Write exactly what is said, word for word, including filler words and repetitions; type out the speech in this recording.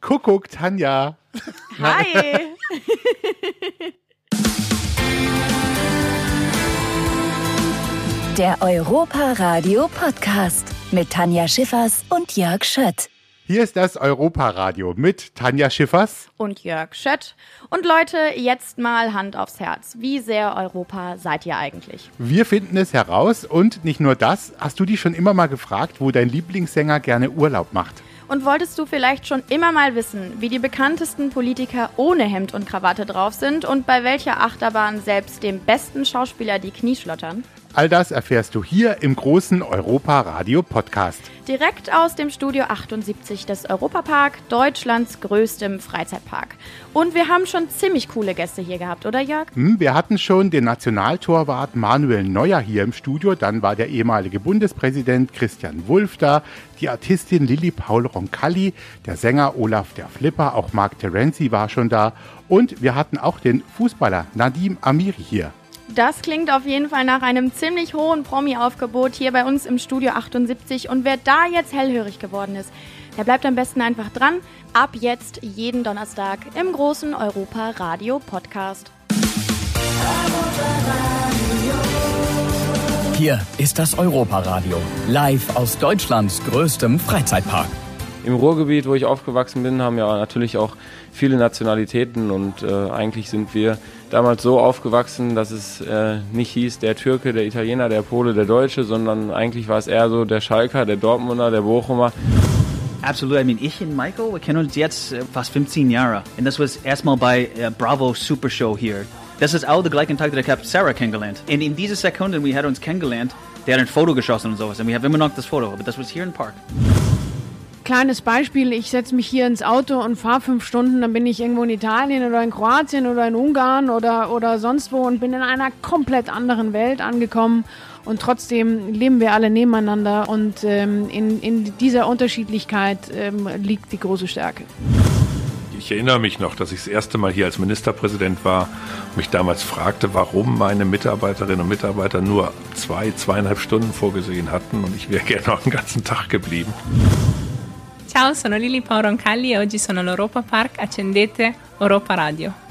Kuckuck, Tanja. Hi. Der Europa-Radio Podcast mit Tanja Schiffers und Jörg Schött. Hier ist das Europa-Radio mit Tanja Schiffers und Jörg Schött. Und Leute, jetzt mal Hand aufs Herz. Wie sehr Europa seid ihr eigentlich? Wir finden es heraus und nicht nur das. Hast du dich schon immer mal gefragt, wo dein Lieblingssänger gerne Urlaub macht? Und wolltest du vielleicht schon immer mal wissen, wie die bekanntesten Politiker ohne Hemd und Krawatte drauf sind und bei welcher Achterbahn selbst dem besten Schauspieler die Knie schlottern? All das erfährst du hier im großen Europa-Radio-Podcast. Direkt aus dem Studio achtundsiebzig des Europapark, Deutschlands größtem Freizeitpark. Und wir haben schon ziemlich coole Gäste hier gehabt, oder Jörg? Hm, wir hatten schon den Nationaltorwart Manuel Neuer hier im Studio. Dann war der ehemalige Bundespräsident Christian Wulff da, die Artistin Lilli Paul Roncalli, der Sänger Olaf der Flipper, auch Mark Terenzi war schon da. Und wir hatten auch den Fußballer Nadim Amiri hier. Das klingt auf jeden Fall nach einem ziemlich hohen Promi-Aufgebot hier bei uns im Studio achtundsiebzig. Und wer da jetzt hellhörig geworden ist, der bleibt am besten einfach dran. Ab jetzt jeden Donnerstag im großen Europa-Radio-Podcast. Hier ist das Europa-Radio, live aus Deutschlands größtem Freizeitpark. Im Ruhrgebiet, wo ich aufgewachsen bin, haben ja natürlich auch viele Nationalitäten und äh, eigentlich sind wir damals so aufgewachsen, dass es äh, nicht hieß der Türke, der Italiener, der Pole, der Deutsche, sondern eigentlich war es eher so der Schalker, der Dortmunder, der Bochumer. Absolut. I mean, ich und Michael, wir kennen uns jetzt äh, fast fünfzehn Jahre. Und das war erstmal bei äh, Bravo Super Show hier. Das ist auch der gleiche Tag, der ich habe Sarah kennengelernt. Und in dieser Sekunde, wir haben uns kennengelernt, der hat ein Foto geschossen und sowas. Und wir haben immer noch das Foto, aber das war hier im Park. Kleines Beispiel, ich setze mich hier ins Auto und fahre fünf Stunden, dann bin ich irgendwo in Italien oder in Kroatien oder in Ungarn oder, oder sonst wo und bin in einer komplett anderen Welt angekommen und trotzdem leben wir alle nebeneinander und ähm, in, in dieser Unterschiedlichkeit ähm, liegt die große Stärke. Ich erinnere mich noch, dass ich das erste Mal hier als Ministerpräsident war und mich damals fragte, warum meine Mitarbeiterinnen und Mitarbeiter nur zwei, zweieinhalb Stunden vorgesehen hatten und ich wäre gerne noch einen ganzen Tag geblieben. Ciao, sono Lilli Paul Roncalli e oggi sono all'Europa Park. Accendete Europa Radio.